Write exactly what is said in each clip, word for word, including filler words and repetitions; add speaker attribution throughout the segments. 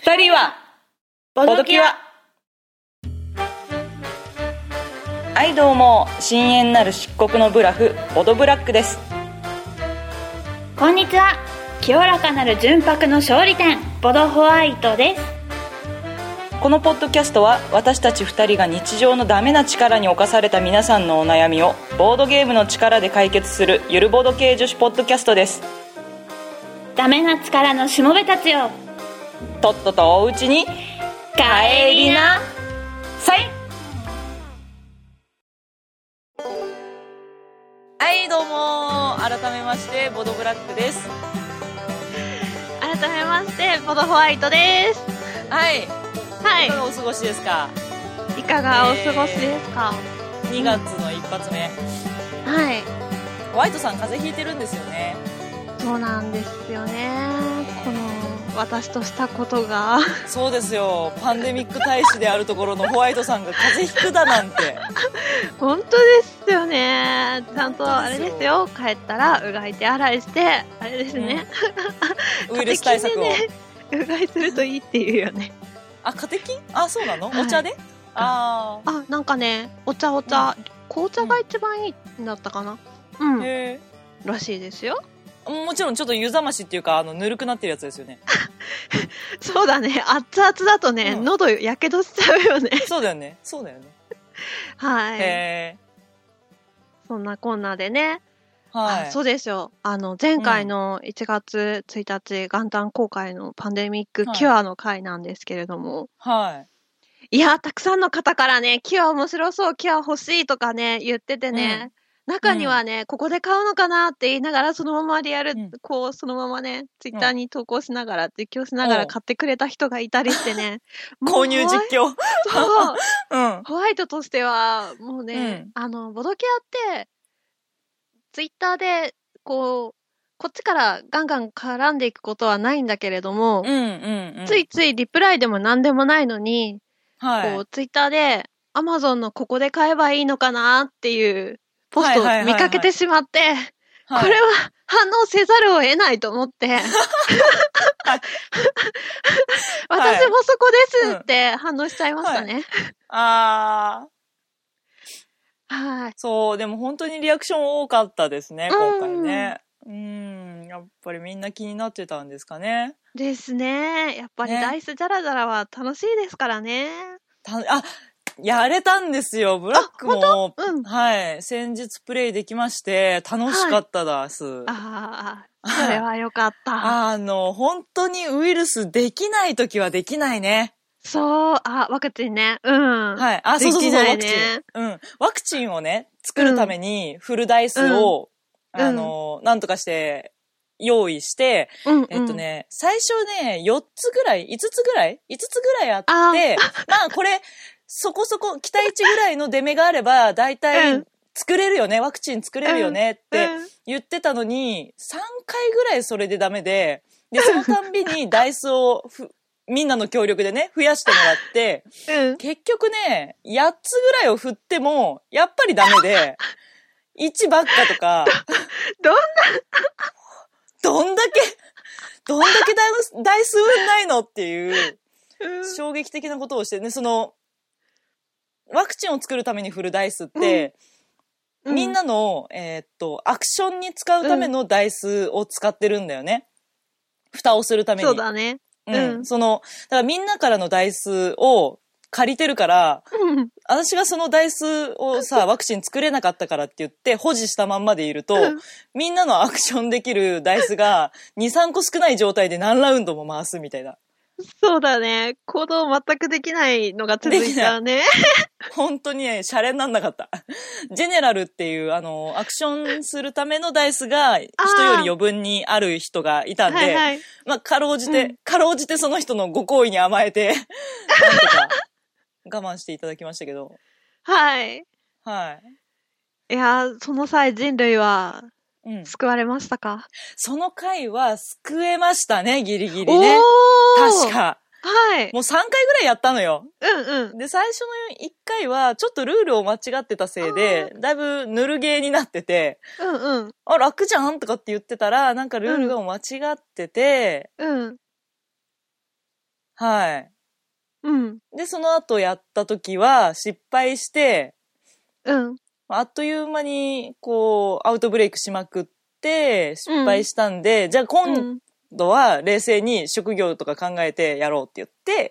Speaker 1: 二人はボドキュア。はいどうも、深淵なる漆黒のブラフボドブラックです。
Speaker 2: こんにちは、清らかなる純白の勝利点ボドホワイトです。
Speaker 1: このポッドキャストは私たち二人が日常のダメな力に侵された皆さんのお悩みをボードゲームの力で解決するゆるボード系女子ポッドキャストです。
Speaker 2: ダメな力のしもべたちよ、
Speaker 1: とっととおうちに帰りなさい。はいどうも、改めましてボドブラックです。
Speaker 2: 改めましてボドホワイトです。
Speaker 1: はい
Speaker 2: はい、
Speaker 1: いかがお過ごしですか？
Speaker 2: いかがお過ごしですか？
Speaker 1: えー、にがつの一発目、
Speaker 2: うん、はい。
Speaker 1: ホワイトさん風邪ひいてるんですよね。
Speaker 2: そうなんですよね。この私としたことが
Speaker 1: そうですよ、パンデミック大使であるところのホワイトさんが風邪ひくだなんて
Speaker 2: 本当ですよね。ちゃんとあれですよ、帰ったらうがい手洗いしてあれですね、
Speaker 1: うん、ウイルス対策を、
Speaker 2: ね、うがいするといいっていうよね。
Speaker 1: あ、カテキン？あ、そうなの？
Speaker 2: はい、
Speaker 1: お茶で？あ
Speaker 2: あ、なんかね、お茶お茶、うん、紅茶が一番いいんだったかな、うん、へーらしいですよ。
Speaker 1: もちろんちょっと湯冷ましっていうか、あのぬるくなってるやつですよね
Speaker 2: そうだね、熱々だとね、うん、喉やけどしちゃうよね
Speaker 1: そうだよね、そうだよね
Speaker 2: はい。
Speaker 1: へ
Speaker 2: ー、そんなこんなでね、
Speaker 1: はい、
Speaker 2: あ、そうですよ、あの前回のいちがつついたち、元旦公開のパンデミックキュアの回なんですけれども、はい、いやたくさんの方からね、キュア面白そう、キュア欲しいとかね言っててね、うん、中にはね、うん、ここで買うのかなって言いながらそのままリアル、うん、こうそのままねツイッターに投稿しながら、うん、実況しながら買ってくれた人がいたりしてね
Speaker 1: 購入実況
Speaker 2: そう、うん、ホワイトとしてはもうね、うん、あのボドキャってツイッターでこうこっちからガンガン絡んでいくことはないんだけれども、うんうんうん、ついついリプライでも何でもないのに、はい、こうツイッターでアマゾンのここで買えばいいのかなっていうポストを見かけてしまって、はいはいはいはい、これは反応せざるを得ないと思って、はい、私もそこですって反応しちゃいましたね、はいはい、
Speaker 1: あー
Speaker 2: はい。
Speaker 1: そう、でも本当にリアクション多かったですね、今回ね。うん、やっぱりみんな気になってたんですかね。
Speaker 2: ですね。やっぱりダイスジャラジャラは楽しいですからね。
Speaker 1: たあ、やれたんですよ。ブラックも、うん、はい、先日プレイできまして、楽しかったです。はい、
Speaker 2: ああ、それはよかった。
Speaker 1: あの、本当にウイルスできないときはできないね。
Speaker 2: そう、あ、ワクチンね。うん。
Speaker 1: はい。あ、そうそうそう、ね、ワクチン。うん。ワクチンをね、作るためにフルダイスを、うん、あの、うん、なんとかして用意して、うんうん、えっとね、最初ね、よっつぐらい、いつつぐらい ?いつ つぐらいあって、まあこれ、そこそこ期待値ぐらいの出目があれば、だいたい作れるよね、うん、ワクチン作れるよねって言ってたのに、さんかいぐらいそれでダメで、で、そのたんびにダイスをふ、みんなの協力でね、増やしてもらって、うん、結局ね、やっつぐらいを振っても、やっぱりダメで、いちばっかとか、
Speaker 2: どんな、
Speaker 1: どんだけ、どんだけ台数分ないのっていう、衝撃的なことをしてね、その、ワクチンを作るために振るダイスって、うん、みんなの、えー、っと、アクションに使うためのダイスを使ってるんだよね。うん、蓋をするために。
Speaker 2: そうだね。
Speaker 1: うん、その、だからみんなからのダイスを借りてるから、うん、私がそのダイスをさ、ワクチン作れなかったからって言って保持したまんまでいると、うん、みんなのアクションできるダイスがに、さんこ少ない状態で何ラウンドも回すみたいな。
Speaker 2: そうだね。行動全くできないのが続いたね。
Speaker 1: 本当にね、シャレになんなかった。ジェネラルっていう、あの、アクションするためのダイスが人より余分にある人がいたんで、はいはい、まあ、かろうじて、うん、かろうじてその人のご好意に甘えて、なんとか我慢していただきましたけど。
Speaker 2: はい。
Speaker 1: はい。
Speaker 2: いや、その際人類は、うん、救われましたか？
Speaker 1: その回は救えましたね、ギリギリね。確か。はい。もうさんかいぐらいやったのよ。うんうん。で、最初のいっかいは、ちょっとルールを間違ってたせいで、だいぶぬるゲーになってて、うんうん。あ、楽じゃんとかって言ってたら、なんかルールが間違ってて、うん。 はい。
Speaker 2: うん。
Speaker 1: で、その後やった時は失敗して、
Speaker 2: うん。
Speaker 1: あっという間に、こう、アウトブレイクしまくって、失敗したんで、うん、じゃあ今度は冷静に職業とか考えてやろうって言って、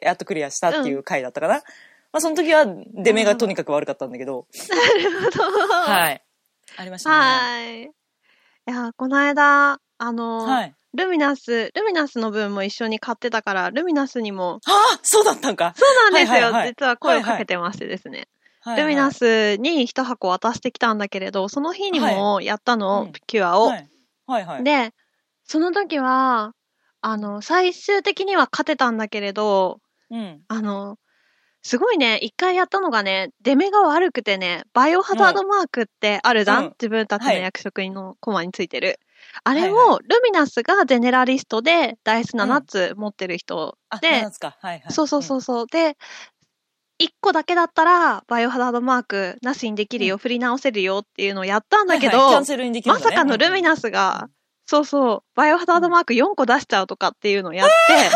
Speaker 1: やっとクリアしたっていう回だったかな。うん、まあその時は出目がとにかく悪かったんだけど。
Speaker 2: なるほど。
Speaker 1: はい。ありましたね。
Speaker 2: はい。いや、この間、あの、はい、ルミナス、ルミナスの分も一緒に買ってたから、ルミナスにも。
Speaker 1: ああ、そうだったんか。
Speaker 2: そうなんですよ。はいはいはい、実は声をかけてましてですね。はいはいルミナスに一箱渡してきたんだけれど、その日にもやったの、はい、ピュアを、はい。はいはい。で、その時は、あの、最終的には勝てたんだけれど、うん、あの、すごいね、一回やったのがね、出目が悪くてね、バイオハザードマークってあるじゃん、うん、自分たちの役職のコマについてる。はい、あれを、はいはい、ルミナスがゼネラリストで、ダイスななつ持ってる人で、うん、あ、ななつか。はいはい。そうそうそうそう。うん、で、いっこだけだったら、バイオハザードマークなしにできるよ、うん、振り直せるよっていうのをやったんだけど、はいはい、キャンセルにできるんだね、まさかのルミナスが、うん、そうそう、バイオハザードマークよんこ出しちゃうとかっていうのをやって、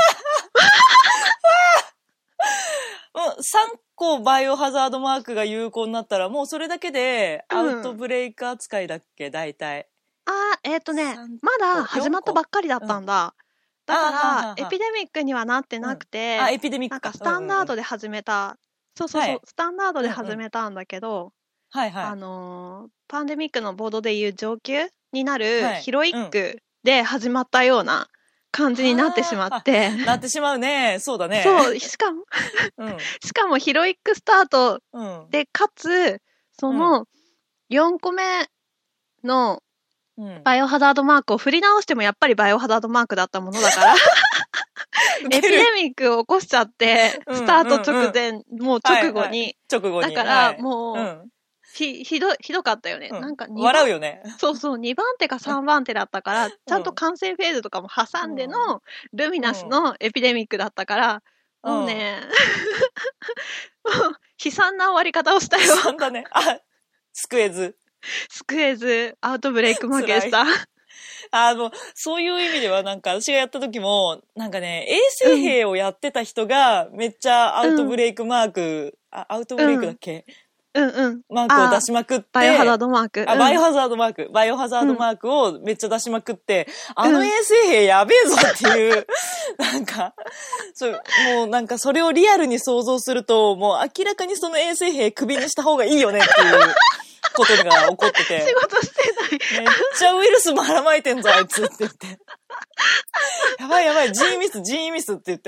Speaker 1: うん、さんこバイオハザードマークが有効になったら、もうそれだけでアウトブレイク扱いだっけ、大体。
Speaker 2: あー、えっとね、まだ始まったばっかりだったんだ。うん、だから、エピデミックにはなってなくて、うん、あ、エピデミックか。なんかスタンダードで始めた、うんうんうん、そうそうそう、はい、スタンダードで始めたんだけど、うんうん、はいはい。あのー、パンデミックのボードでいう上級になるヒロイックで始まったような感じになってしまって。
Speaker 1: なってしまうね。そうだね。
Speaker 2: そう、しかも、うん、しかもヒロイックスタートで、かつ、そのよんこめのバイオハザードマークを振り直してもやっぱりバイオハザードマークだったものだから。エピデミックを起こしちゃって、スタート直前、うんうんうん、もう直後に。はいはい、直後に。だから、もう、はい、ひ、ひど、ひどかったよね。うん、なんか
Speaker 1: 笑うよね。
Speaker 2: そうそう、にばん手かさんばん手だったから、ちゃんと完成フェーズとかも挟んでの、ルミナスのエピデミックだったから、うん、もうね、もう悲惨な終わり方をしたよ。
Speaker 1: 悲惨だね。あ、救えず。
Speaker 2: 救えず、アウトブレイク負けした。
Speaker 1: あの、そういう意味ではなんか私がやった時も、なんかね、衛生兵をやってた人がめっちゃアウトブレイクマーク、うん、あ、アウトブレイクだっけ、
Speaker 2: うんうん。
Speaker 1: マークを出しまくって。
Speaker 2: バイオハザードマーク。
Speaker 1: あ、バイオハザードマーク。バイオハザードマークをめっちゃ出しまくって、うん、あの衛生兵やべえぞっていう、なんか、そう、もうなんかそれをリアルに想像すると、もう明らかにその衛生兵首にした方がいいよねっていうことが起こってて。
Speaker 2: 仕事して
Speaker 1: ない。めっちゃウイルスばらまいてんぞ、あいつって言って。やばいやばい、ジーミス、ジーミスって言って。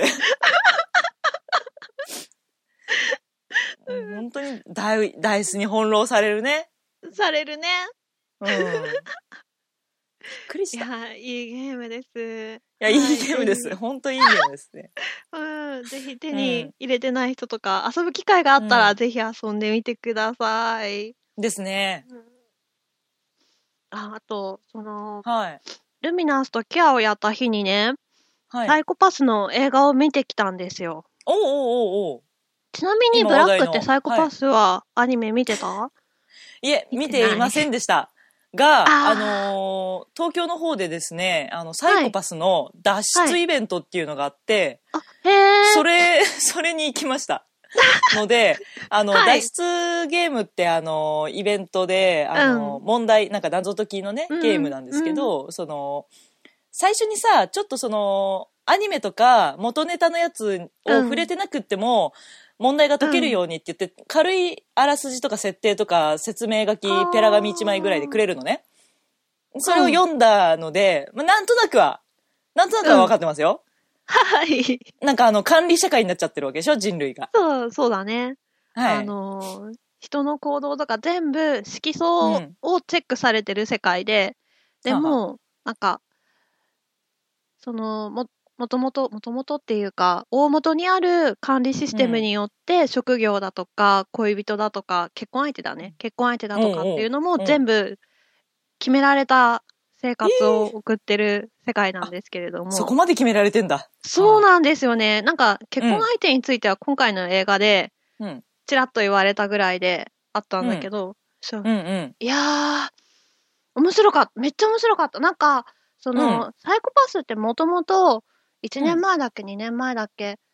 Speaker 1: 本当にダイ、ダイスに翻弄されるね。
Speaker 2: されるね。
Speaker 1: うん。びっくりした。
Speaker 2: いや、いいゲームです。い
Speaker 1: や、いいゲームです。本当いいゲームですね。
Speaker 2: うん。ぜひ手に入れてない人とか、うん、遊ぶ機会があったら、うん、ぜひ遊んでみてください。
Speaker 1: ですね。うん、
Speaker 2: あ、あと、その、
Speaker 1: はい。
Speaker 2: ルミナスとキアをやった日にね、はい、サイコパスの映画を見てきたんですよ。
Speaker 1: おうおうおうおう。
Speaker 2: ちなみにブラックってサイコパスはアニメ見てた？
Speaker 1: はい、いえ、見ていませんでした。が、あ、あのー、東京の方でですね、あの、サイコパスの脱出イベントっていうのがあって、
Speaker 2: はい、へー。
Speaker 1: それ、それに行きました。ので、あの、はい、脱出ゲームって、あの、イベントで、あの、うん、問題、なんか謎解きのね、ゲームなんですけど、うん、その、最初にさ、ちょっとその、アニメとか元ネタのやつを触れてなくっても、うん、問題が解けるようにって言って、うん、軽いあらすじとか設定とか説明書き、ペラ紙いちまいぐらいでくれるのね。それを読んだので、まあ、なんとなくは、なんとなくは分かってますよ。
Speaker 2: うん、はい。
Speaker 1: なんかあの、管理社会になっちゃってるわけでしょ、人類が。
Speaker 2: そう、そうだね。はい。あの、人の行動とか全部色素をチェックされてる世界で、うん、でも、なんか、その、も、もともと、もともとっていうか、大元にある管理システムによって、職業だとか、恋人だとか、結婚相手だね。結婚相手だとかっていうのも全部決められた生活を送ってる世界なんですけれども。
Speaker 1: そこまで決められてんだ。
Speaker 2: そうなんですよね。なんか、結婚相手については今回の映画で、ちらっと言われたぐらいであったんだけど、そう。うんうん、いやー、面白かった。めっちゃ面白かった。なんか、その、うん、サイコパスってもともと、いちねんまえだっけ、うん、にねんまえだっけ、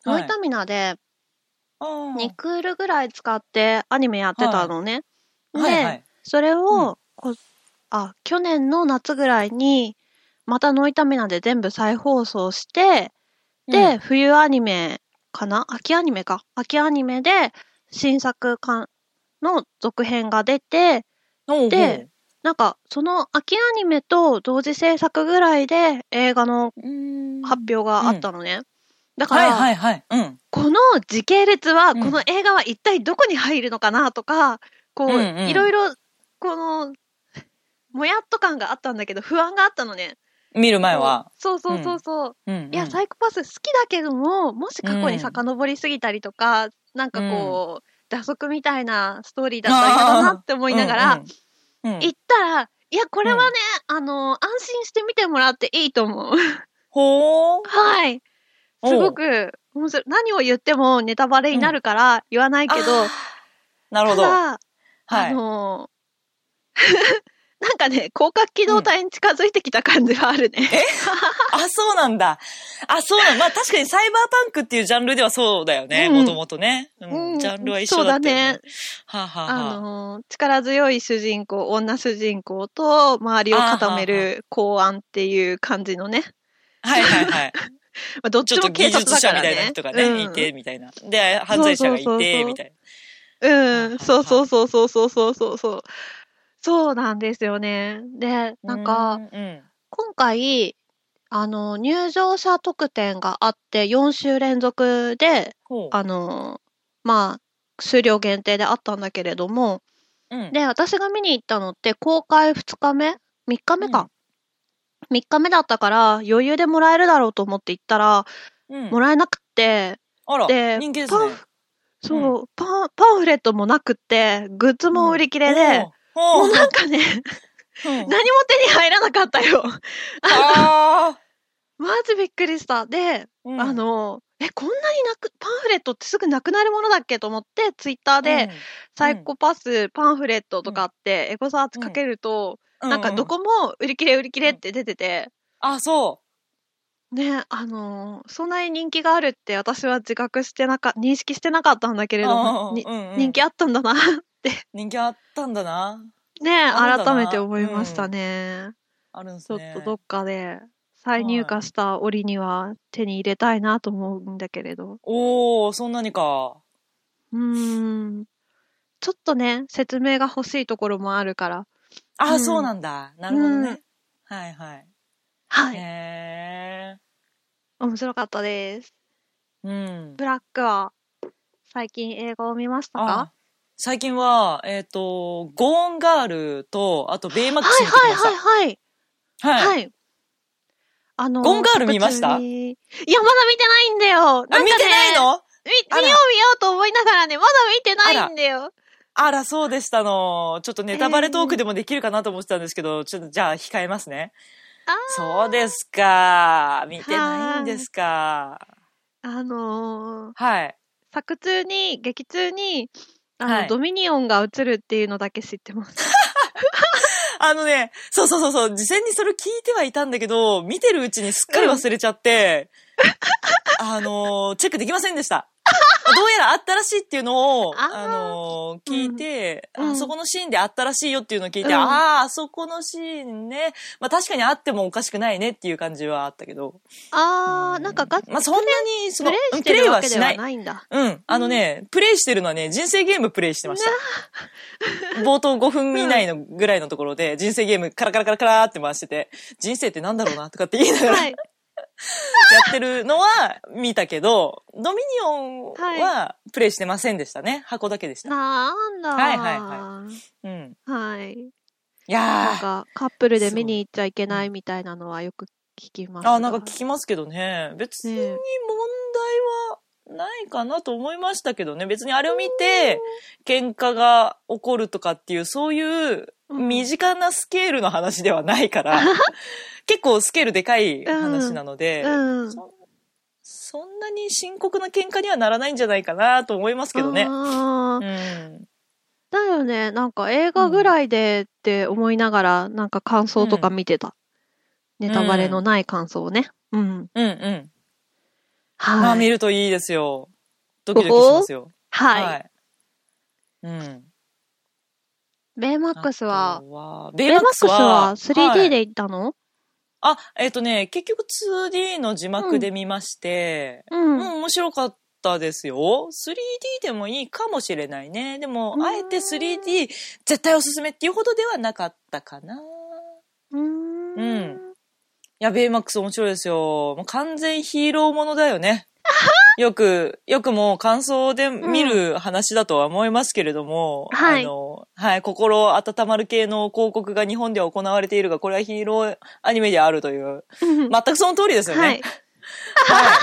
Speaker 2: ノイタミナでにクールぐらい使ってアニメやってたのね。はい、で、はいはい、それを、うん、あ、去年の夏ぐらいに、またノイタミナで全部再放送して、で、うん、冬アニメかな秋アニメか。秋アニメで新作かの続編が出て、
Speaker 1: おう
Speaker 2: で、
Speaker 1: おう
Speaker 2: なんか、その秋アニメと同時制作ぐらいで映画の発表があったのね。うん、だから、
Speaker 1: はいはいはいうん、
Speaker 2: この時系列は、この映画は一体どこに入るのかなとか、こう、うんうん、いろいろ、この、もやっと感があったんだけど、不安があったのね。
Speaker 1: 見る前は。
Speaker 2: そうそうそうそう。
Speaker 1: うんうんうん、
Speaker 2: いや、サイコパス好きだけども、もし過去に遡りすぎたりとか、うん、なんかこう、打足みたいなストーリーだったら嫌だなって思いながら、うんうん、行ったら、いや、これはね、うん、あの、安心して見てもらっていいと思う。
Speaker 1: ほー。
Speaker 2: はい。すごく、面白い。何を言ってもネタバレになるから言わないけど、うん、
Speaker 1: なるほど。
Speaker 2: ただ、はい、あの、なんかね、広角機動隊に近づいてきた感じがあるね。
Speaker 1: えあ、そうなんだ。あ、そうなんだ。まあ確かにサイバーパンクっていうジャンルではそうだよね。もともとね、うん。ジャンルは一緒だったよね。そうだね。はあ、はあ、
Speaker 2: あのー、力強い主人公、女主人公と周りを固める公安っていう感じのね。
Speaker 1: はいはいはい。
Speaker 2: まあどっちも警察だからね。
Speaker 1: ちょっと技術者みたいな人がね、うん、いて、みたいな。で、犯罪者がいて、みたい
Speaker 2: な。うん、そうそうそうそうそうそうそうそう。そうなんですよね。で、なんか、うんうん、今回、あの、入場者特典があって、よん週連続で、あの、まあ、数量限定であったんだけれども、うん、で、私が見に行ったのって、公開ふつかめ ?みっ 日目か、うん。みっかめだったから、余裕でもらえるだろうと思って行ったら、うん、もらえなくって、
Speaker 1: あら、で、人気ですね。
Speaker 2: そう、うん、パン、パンフレットもなくって、グッズも売り切れで、うん、もうなんかね、うん、何も手に入らなかったよ。あマジびっくりした。で、うん、あの、え、こんなになく、パンフレットってすぐなくなるものだっけと思って、ツイッターで、うん、サイコパスパンフレットとかって、エゴサーチかけると、うん、なんかどこも売り切れ売り切れって出てて。
Speaker 1: うん、あ、そう。
Speaker 2: ね、あの、そんなに人気があるって私は自覚してなか、認識してなかったんだけれども、うんうん、人気あったんだなって。
Speaker 1: 人気あったんだな。
Speaker 2: ね、改めて思いましたね。
Speaker 1: うん、あるんですね。
Speaker 2: ちょっとどっかで再入荷した折には手に入れたいなと思うんだけれど。
Speaker 1: おー、そんなにか。
Speaker 2: うーん。ちょっとね、説明が欲しいところもあるから。
Speaker 1: あ、うん、そうなんだ。なるほどね。うん、はいはい。
Speaker 2: はい。
Speaker 1: へ
Speaker 2: ー。面白かったです。
Speaker 1: うん。
Speaker 2: ブラックは最近映画を見ましたか？
Speaker 1: 最近は、えっ、ー、と、ゴーンガールと、あとベイマックス見てきました。
Speaker 2: はいはいはいはい。はい。はい、あのー、
Speaker 1: ゴーンガール見ました？いや、まだ
Speaker 2: 見てないんだよ。なんか、ね、
Speaker 1: 見てないの？
Speaker 2: 見、見よう見ようと思いながらね、まだ見てないんだよ。
Speaker 1: あら、そうでしたの。ちょっとネタバレトークでもできるかなと思ってたんですけど、えー、ちょっとじゃあ控えますね。そうですか。見てないんですか。
Speaker 2: あのー、
Speaker 1: はい。
Speaker 2: 作中に、劇中に、あの、はい、ドミニオンが映るっていうのだけ知ってます。
Speaker 1: あのね、そうそうそうそう、事前にそれ聞いてはいたんだけど、見てるうちにすっかり忘れちゃって、うん、あの、チェックできませんでした。どうやらあったらしいっていうのを、あ、あのー、聞いて、うん、あそこのシーンであったらしいよっていうのを聞いて、うん、ああ、あそこのシーンね。まあ確かにあってもおかしくないねっていう感じはあったけど。
Speaker 2: ああ、うん、なんかガ
Speaker 1: まあそんなに、その、
Speaker 2: プレイしてるわけではないんだ。
Speaker 1: うん。あのね、うん、プレイしてるのはね、人生ゲームプレイしてました。冒頭ごふん以内のぐらいのところで、人生ゲームカラカラカラカラって回してて、人生ってなんだろうなとかって言いながら、はい、やってるのは見たけど、ドミニオンはプレイしてませんでしたね。はい、箱だけでした。
Speaker 2: なんだ。
Speaker 1: はいはいはい。うん。
Speaker 2: はい。
Speaker 1: いやー。
Speaker 2: なんかカップルで見に行っちゃいけないみたいなのはよく聞きます。
Speaker 1: あ、なんか聞きますけどね。別に問題はないかなと思いましたけどね。別にあれを見て喧嘩が起こるとかっていうそういう身近なスケールの話ではないから。うん結構スケールでかい話なので、うんうん、そ, そんなに深刻な喧嘩にはならないんじゃないかなと思いますけどね。うん、
Speaker 2: だよね。なんか映画ぐらいでって思いながら、なんか感想とか見てた。うん、ネタバレのない感想をね。うん。
Speaker 1: うんうん。
Speaker 2: はい。
Speaker 1: まあ見るといいですよ。ドキドキしますよ。
Speaker 2: はい。
Speaker 1: はい。うん。
Speaker 2: ベイマックスは、
Speaker 1: は
Speaker 2: ベイマックスは スリーディー で行ったの？はい、
Speaker 1: あ、えっ、ー、とね、結局 ツーディー の字幕で見まして、うん、うん、面白かったですよ。スリーディー でもいいかもしれないね。でも、あえて スリーディー 絶対おすすめっていうほどではなかったかな。
Speaker 2: うーん。
Speaker 1: うん。いや、ベイマックス面白いですよ。もう完全ヒーローものだよね。よく、よくもう感想で見る話だとは思いますけれども、うん、あの、はい、心温まる系の広告が日本では行われているが、これはヒーローアニメであるという、全くその通りですよね。はい。はい、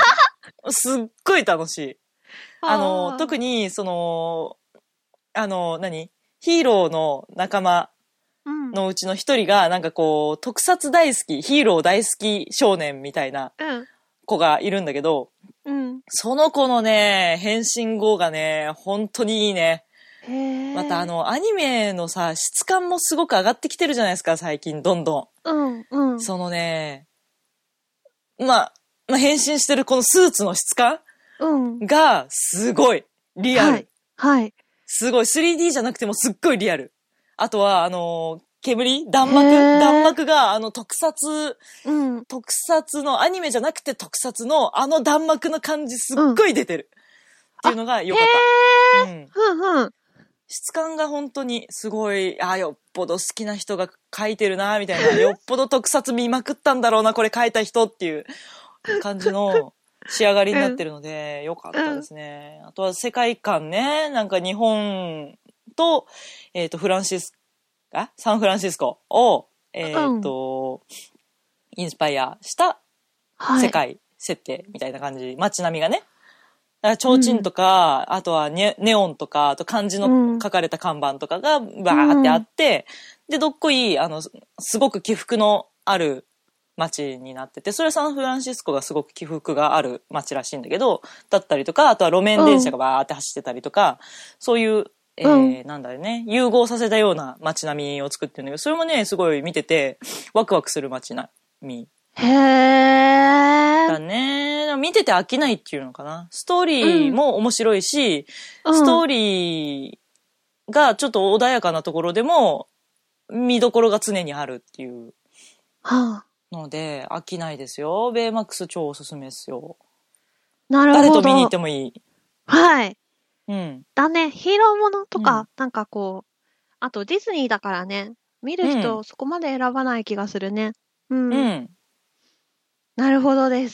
Speaker 1: すっごい楽しい。あの、特に、その、あの、何？ヒーローの仲間のうちの一人が、なんかこう、特撮大好き、ヒーロー大好き少年みたいな子がいるんだけど、うん、その子のね、変身後がね、本当にいいね。へまたあの、アニメのさ、質感もすごく上がってきてるじゃないですか、最近、どんど
Speaker 2: ん。うんうん。
Speaker 1: そのね、まあ、まあ、変身してるこのスーツの質感、うん、が、すごい、リアル。はい。はい。すごい、スリーディー じゃなくてもすっごいリアル。あとは、あのー、煙弾幕弾幕が、あの、特撮、うん、特撮の、アニメじゃなくて特撮の、あの弾幕の感じすっごい出てる。うん、っていうのが良かった。うん。ふんふん。質感が本当にすごい、あ、よっぽど好きな人が描いてるな、みたいな。よっぽど特撮見まくったんだろうな、これ描いた人っていう感じの仕上がりになってるので、良かったですね。うん、あとは世界観ね、なんか日本と、えっと、フランシス、あサンフランシスコを、えっと、うん、インスパイアした世界設定みたいな感じ、はい、街並みがね。だから提灯とか、うん、あとはネネオンとか、あと漢字の書かれた看板とかがバーってあって、うん、で、どっこいい、あの、すごく起伏のある街になってて、それはサンフランシスコがすごく起伏がある街らしいんだけど、だったりとか、あとは路面電車がバーって走ってたりとか、そういう、えー、うん、なんだろうね、融合させたような街並みを作ってるんだけど、それもね、すごい見てて、ワクワクする街並み。へー。だね。見てて飽きないっていうのかな。ストーリーも面白いし、うん、ストーリーがちょっと穏やかなところでも、見どころが常にあるっていう。はあ、ので、飽きないですよ。ベイマックス超おすすめですよ。なるほど。誰と見に行ってもいい。はい。うん。だね。ヒーローものとか、うん、なんかこう、あとディズニーだからね、見る人、うん、そこまで選ばない気がするね。うん。うん。なるほどです。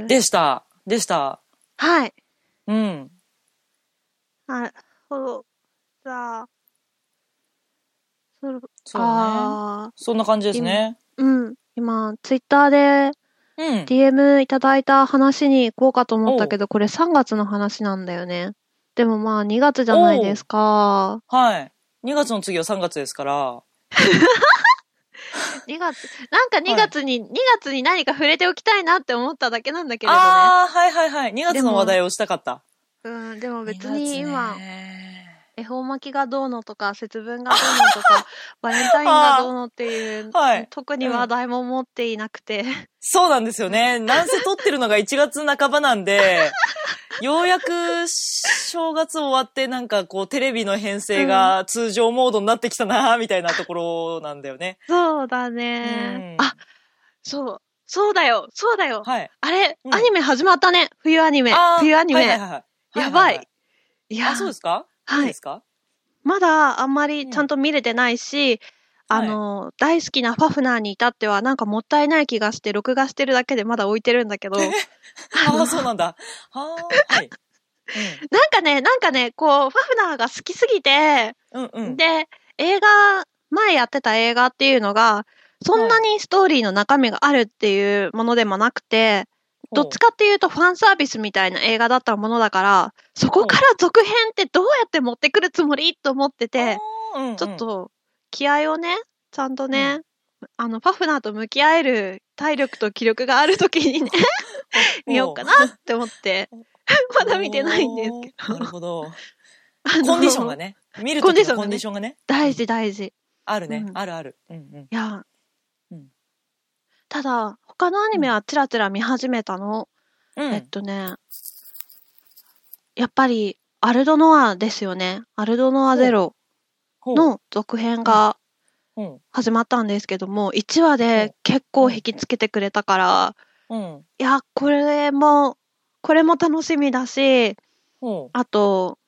Speaker 1: でした。でした。はい。うん。なるほど。じゃあ、それ、そうね。そんな感じですね。うん。今、ツイッターで、ディーエム いただいた話に行こうかと思ったけど、これさんがつの話なんだよね。でもまあにがつじゃないですか。はい。にがつの次はさんがつですから。にがつ、なんかにがつに、はい、にがつに何か触れておきたいなって思っただけなんだけれどね。ああ、はいはいはい。にがつの話題をしたかった。うん、でも別に今、恵方巻きがどうのとか、節分がどうのとか、バレンタインがどうのっていう、はい、特に話題も持っていなくて、うん。そうなんですよね。なんせ撮ってるのがいちがつなかばなんで、ようやく正月終わってなんかこうテレビの編成が通常モードになってきたなみたいなところなんだよね。そうだね、うん。あ、そう。そうだよ。そうだよ。はい。あれ、うん、アニメ始まったね。冬アニメ。冬アニメ。はいはいはいはい、やばい。はいはいはい、いや。あ、そうですか？はい。いいですか？まだあんまりちゃんと見れてないし、うん、あの、はい、大好きなファフナーに至ってはなんかもったいない気がして録画してるだけでまだ置いてるんだけど。ああ、そうなんだ。はあ、はい。うん、なんかね、なんかね、こう、ファフナーが好きすぎて、うんうん、で、映画、前やってた映画っていうのが、そんなにストーリーの中身があるっていうものでもなくて、はい、どっちかっていうとファンサービスみたいな映画だったものだから、そこから続編ってどうやって持ってくるつもりと思ってて、うんうん、ちょっと気合をね、ちゃんとね、うん、あの、ファフナーと向き合える体力と気力があるときにね、見ようかなって思って、まだ見てないんですけど。なるほど。コンディションがね、見るときのコンディションがね。大事大事。あるね、うん、あるある。うんうん、いや、うん、ただ、他のアニメはチラチラ見始めたの。 うん、
Speaker 2: えっとね、やっぱり、アルドノアですよね。アルドノアゼロの続編が始まったんですけども、いちわで結構引きつけてくれたから、
Speaker 1: うん、
Speaker 2: いや、これも、これも楽しみだし、あと、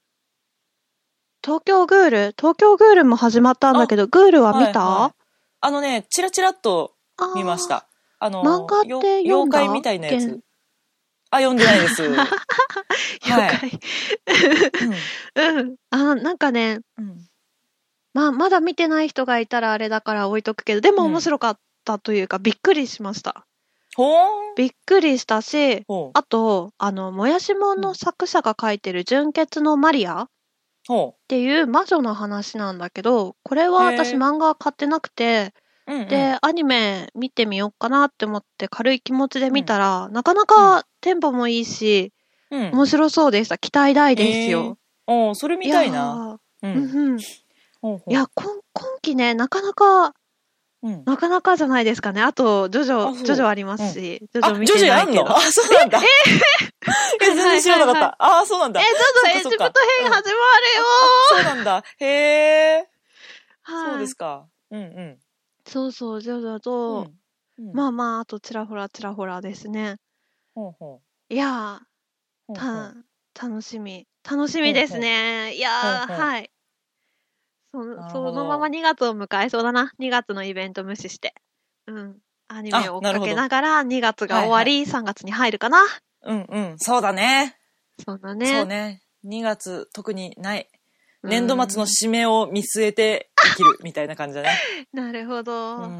Speaker 2: 東京グール東京グールも始まったんだけど、グールは見た？はいはい、
Speaker 1: あのね、チラチラっと見ました。あの、
Speaker 2: 漫画って読んだ？
Speaker 1: 妖怪みたいなやつ。あ、読んでないです。妖
Speaker 2: 怪。うん。うん。あ、なんかね、うん、まあ、まだ見てない人がいたらあれだから置いとくけど、でも面白かったというか、うん、びっくりしました。
Speaker 1: ほーん。
Speaker 2: びっくりしたし、あと、あの、もやしもんの作者が書いてる純潔のマリアっていう魔女の話なんだけど、これは私漫画買ってなくて、うんうん、で、アニメ見てみようかなって思って軽い気持ちで見たら、うん、なかなかテンポもいいし、うん、面白そうでした。期待大ですよ。
Speaker 1: えー、おそれ見たいな。
Speaker 2: いや、うんうん、ほうほういや今、今期ね、なかなか、うん、なかなかじゃないですかね。あと、ジョジョ、ジョジョありますし、うん、ジョジョ見てないけど。
Speaker 1: あ、ジョジョあんの？あ、そうなんだ。え全然知らなかった。はいはいはい、あ、そうなんだ。
Speaker 2: え、ジョジョエジプト編始まるよ
Speaker 1: ー、うん、そうなんだ。へえ。はい。そうですか。うんうん。
Speaker 2: そうそう、ジョジョと、うんうん、まあまあ、あとちらほらちらほらですね。ほうほういやー、た、楽しみ。楽しみですね。ほうほういやー、ほうほうはい。そ, そのままにがつを迎えそうだな。にがつのイベント無視して。うん。アニメを追っかけながらにがつが終わり、はいはい、さんがつに入るかな。
Speaker 1: うんうん。そうだね。
Speaker 2: そうだね。
Speaker 1: そうね。にがつ特にない。年度末の締めを見据えて生きるみたいな感じだね。
Speaker 2: なるほど。
Speaker 1: うん。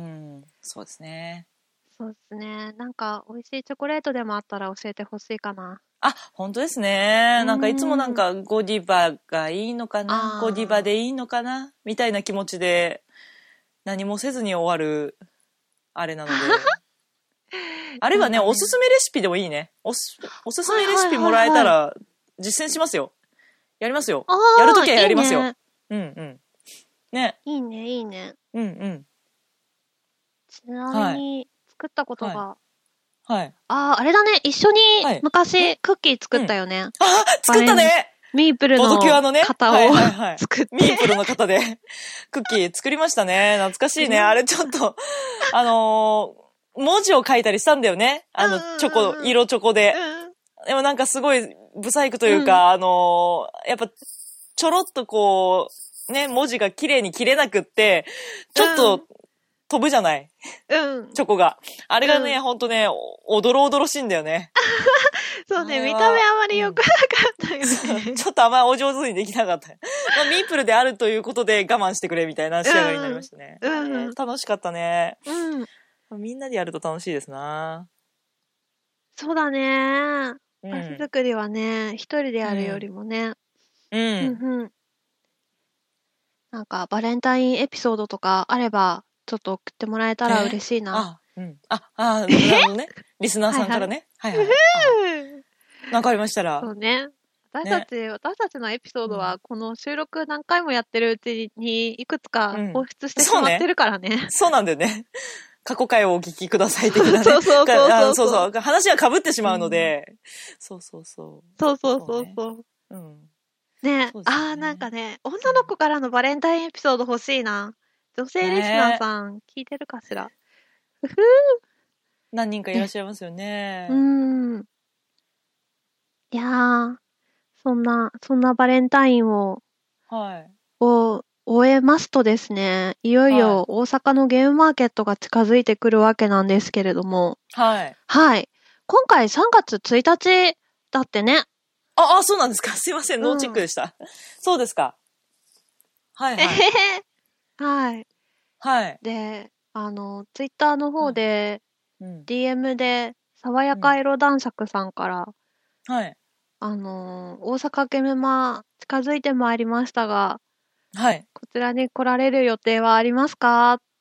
Speaker 1: そうですね。
Speaker 2: そうですね。なんか美味しいチョコレートでもあったら教えてほしいかな。
Speaker 1: あ、本当ですね。なんかいつもなんかゴディバがいいのかな、ゴディバでいいのかなみたいな気持ちで何もせずに終わるあれなので。あれはね、おすすめレシピでもいいね。おす、おすすめレシピもらえたら実践しますよ。やりますよ。やるときはやりますよ。いいね、うんうん。ね。
Speaker 2: いいね、いいね。
Speaker 1: うんうん。
Speaker 2: ちなみに作ったことが、
Speaker 1: はいはい。
Speaker 2: ああ、あれだね。一緒に昔クッキー作ったよね。うん、あ
Speaker 1: 作ったね
Speaker 2: ミープルの型を、ねはいはいはい、作って。
Speaker 1: ミープルの型でクッキー作りましたね。懐かしいね。あれちょっと、あのー、文字を書いたりしたんだよね。あの、チョコ、色チョコで。でもなんかすごいブサイクというか、うん、あのー、やっぱちょろっとこう、ね、文字が綺麗に切れなくって、ちょっと、うん飛ぶじゃない。うん。チョコが。あれがね、うん、ほんとね、おどろおどろしいんだよね。
Speaker 2: そうね、見た目あまり良くなかったよね、
Speaker 1: うん。ちょっとあんまりお上手にできなかった。まあ、ミープルであるということで我慢してくれみたいな仕上がりになりましたね。うん。ね、楽しかったね。うん。みんなでやると楽しいですな。
Speaker 2: そうだね。お菓子作りはね、一人でやるよりもね。うん。うんうん。なんか、バレンタインエピソードとかあれば、ちょっと送ってもらえたら嬉しいな。
Speaker 1: あ、うん。あ、あ、なるほどね。リスナーさんからね。はいはい。わかりましたら。
Speaker 2: そうね。私たち、ね、私たちのエピソードは、この収録何回もやってるうちに、いくつか放出してしまってるからね。うん、そうね。
Speaker 1: そうなんだよね。過去回をお聞きください的なね。
Speaker 2: そうそうそうそう。
Speaker 1: そうそう。話が被ってしまうので。うん、そうそうそう。
Speaker 2: そうそうそうそう。うん。ねえ、ねああ、なんかね、女の子からのバレンタインエピソード欲しいな。女性リスナーさん、聞いてるかしら。ふふー。
Speaker 1: 何人かいらっしゃいますよね。
Speaker 2: うーん。いやー、そんな、そんなバレンタインを、はい。を終えますとですね、いよいよ大阪のゲームマーケットが近づいてくるわけなんですけれども。はい。はい。今回さんがつついたちだってね。
Speaker 1: あ、あ、そうなんですか。すいません、ノーチェックでした。うん、そうですか。はいはい。
Speaker 2: はい。
Speaker 1: はい。
Speaker 2: で、あの、ツイッターの方で、うん、ディーエム で、爽やか色男爵さんから、うん、はい。あの、大阪ゲームマ近づいてまいりましたが、はい。こちらに来られる予定はありますかって、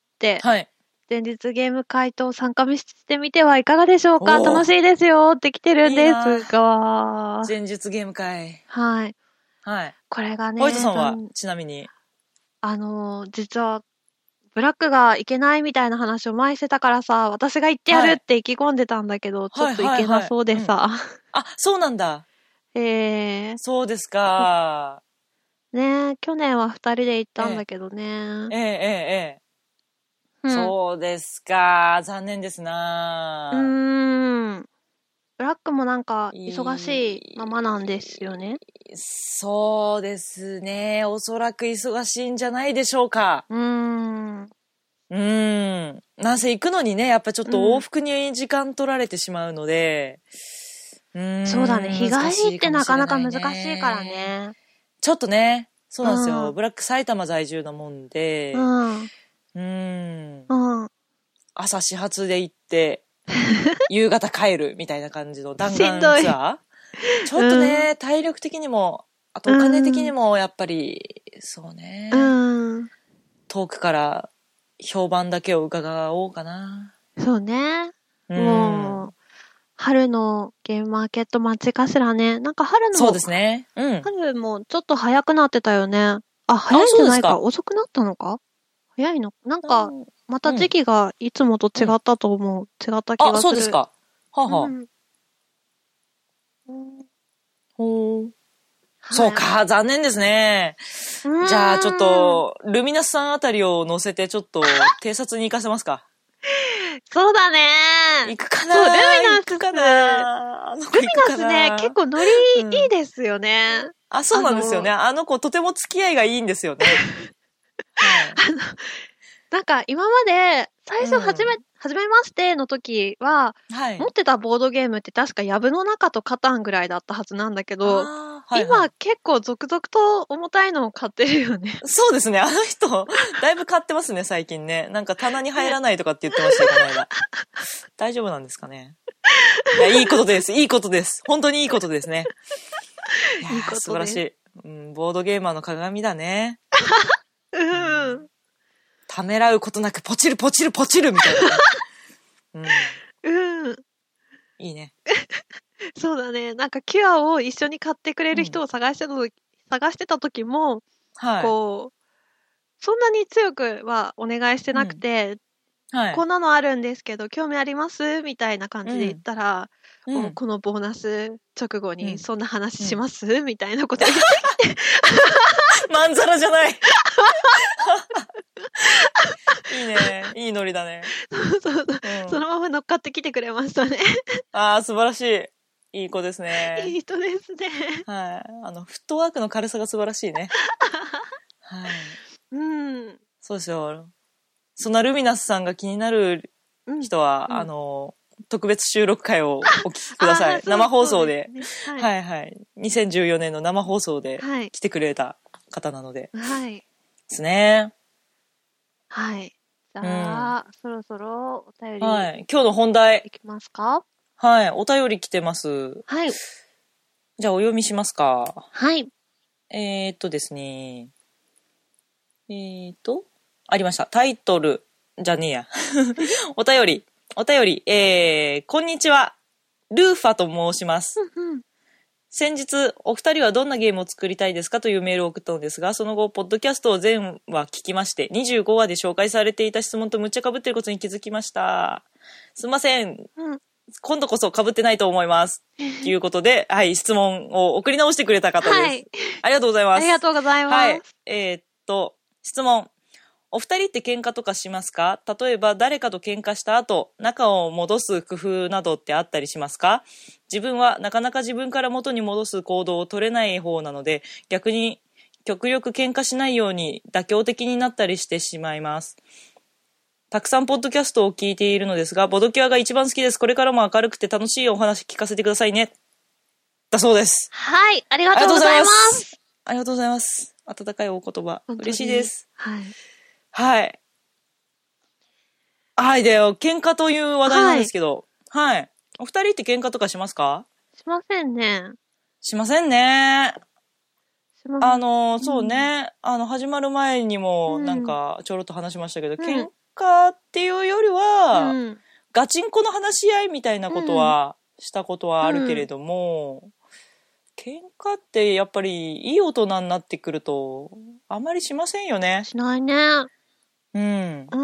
Speaker 2: はい。前日ゲーム会と参加してみてはいかがでしょうか楽しいですよって来てるんですが。
Speaker 1: 前日ゲーム会。
Speaker 2: はい。
Speaker 1: はい。
Speaker 2: これがね。
Speaker 1: ホイトさんは、ちなみに。
Speaker 2: あの、実は、 ブラックがいけないみたいな話を前してたからさ、私が言ってやるって意気込んでたんだけど、はい、ちょっといけなそうでさ。
Speaker 1: はいはいはいうん、あ、そうなんだ。
Speaker 2: えー。
Speaker 1: そうですか。
Speaker 2: ねえ、去年は二人で行ったんだけどね。ええ
Speaker 1: ええええ、うん、そうですか。残念ですな。
Speaker 2: うーん。ブラックもなんか忙しいままなんですよね。
Speaker 1: そうですね。おそらく忙しいんじゃないでしょうか。
Speaker 2: うーん。
Speaker 1: うーん。なんせ行くのにね、やっぱちょっと往復に時間取られてしまうので。
Speaker 2: うん、うーんそうだね。日帰りってなかなか難しいからね。
Speaker 1: ちょっとね。そうなんですよ。うん、ブラック埼玉在住なもんで。うん。うーん。うん。朝始発で行って、夕方帰るみたいな感じの弾丸ツアーちょっとね、うん、体力的にも、あとお金的にもやっぱり、うん、そうね、うん。遠くから評判だけを伺おうかな。
Speaker 2: そうね。うん、もう、春のゲームマーケット待ちかしらね。なんか春の、
Speaker 1: そうですね。うん。
Speaker 2: 春もちょっと早くなってたよね。あ、早いんじゃないか。遅くなったのか早いのなんか、また時期がいつもと違ったと思う。うん、違った気がする。
Speaker 1: あ、そうですか。はあ、はあ。うんほう。そうか、残念ですね。じゃあちょっと、ルミナスさんあたりを乗せてちょっと、偵察に行かせますか。
Speaker 2: そうだね
Speaker 1: 行くかな
Speaker 2: そう、ルミナス
Speaker 1: 行くかな
Speaker 2: ルミナスね、結構ノリいいですよね。うん、
Speaker 1: あ、そうなんですよね。あの子とても付き合いがいいんですよね。
Speaker 2: はい、あの、なんか今まで、最初はじめ、うん、はじめましての時は、はい、持ってたボードゲームって確か藪の中とカタンぐらいだったはずなんだけど、はいはい、今結構続々と重たいのを買ってるよね。
Speaker 1: そうですね。あの人、だいぶ買ってますね、最近ね。なんか棚に入らないとかって言ってましたよ、この間。大丈夫なんですかね。いや、いいことです。いいことです。本当にいいことですね。いやいいこと素晴らしい、うん。ボードゲーマーの鏡だね。うん。うんためらうことなくポチるポチるポチるみたいな、ね。うん。うん。いいね。
Speaker 2: そうだね。なんかキュアを一緒に買ってくれる人を探してた時、うん、探してた時も、はい、こう、そんなに強くはお願いしてなくて、うんはい、こんなのあるんですけど、興味ありますみたいな感じで言ったら、うん、このボーナス直後にそんな話します、うん、みたいなこと言ってきて。
Speaker 1: まんざらじゃない。いいね。いいノリだね。
Speaker 2: そうそうそう、うん。そのまま乗っかってきてくれましたね。
Speaker 1: ああ、素晴らしい。いい子ですね。
Speaker 2: いい人ですね。
Speaker 1: はい。あの、フットワークの軽さが素晴らしいね。はい。うん。そうですよ。そんなルミナスさんが気になる人は、うん、あの、特別収録会をお聞きください。生放送で、ねはい。はいはい。にせんじゅうよねんの生放送で来てくれた方なので。はい。ですね。はい。じゃあ、うん、そろそろお便り。はい。今日の本題。いきますか？はい。お便り来てます。はい。じゃあ、お読みしますか。はい。えー、っとですね。えー、っと、ありました。タイトル、じゃねえや。お便り。お便り。えー、こんにちは。ルーファと申します。先日、お二人はどんなゲームを作りたいですかというメールを送ったのですが、その後、ポッドキャストを全話聞きまして、にじゅうごわで紹介されていた質問とむっちゃ被っていることに気づきました。すいません。うん、今度こそ被ってないと思います。ということで、はい、質問を送り直してくれた方です。はい、ありがとうございます。ありがとうございます。はい。えー、っと、質問。お二人って喧嘩とかしますか？例えば誰かと喧嘩した後、仲を戻す工夫などってあったりしますか？自分はなかなか自分から元に戻す行動を取れない方なので、逆に極力喧嘩しないように妥協的になったりしてしまいます。たくさんポッドキャストを聞いているのですが、ボドキュアが一番好きです。これからも明るくて楽しいお話聞かせてくださいね。だそうです。はい、ありがとうございます。ありがとうございます。温かいお言葉、嬉しいです。はい。はい。はい、で、喧嘩という話題なんですけど、はい。はい、お二人って喧嘩とかしますか？しませんね。しませんね。しません。あの、そうね、うん、あの、始まる前にも、なんか、ちょろっと話しましたけど、うん、喧嘩っていうよりは、うん、ガチンコの話し合いみたいなことは、したことはあるけれども、うん喧嘩ってやっぱりいい大人になってくるとあまりしませんよね。しないね。 うん。
Speaker 2: うん。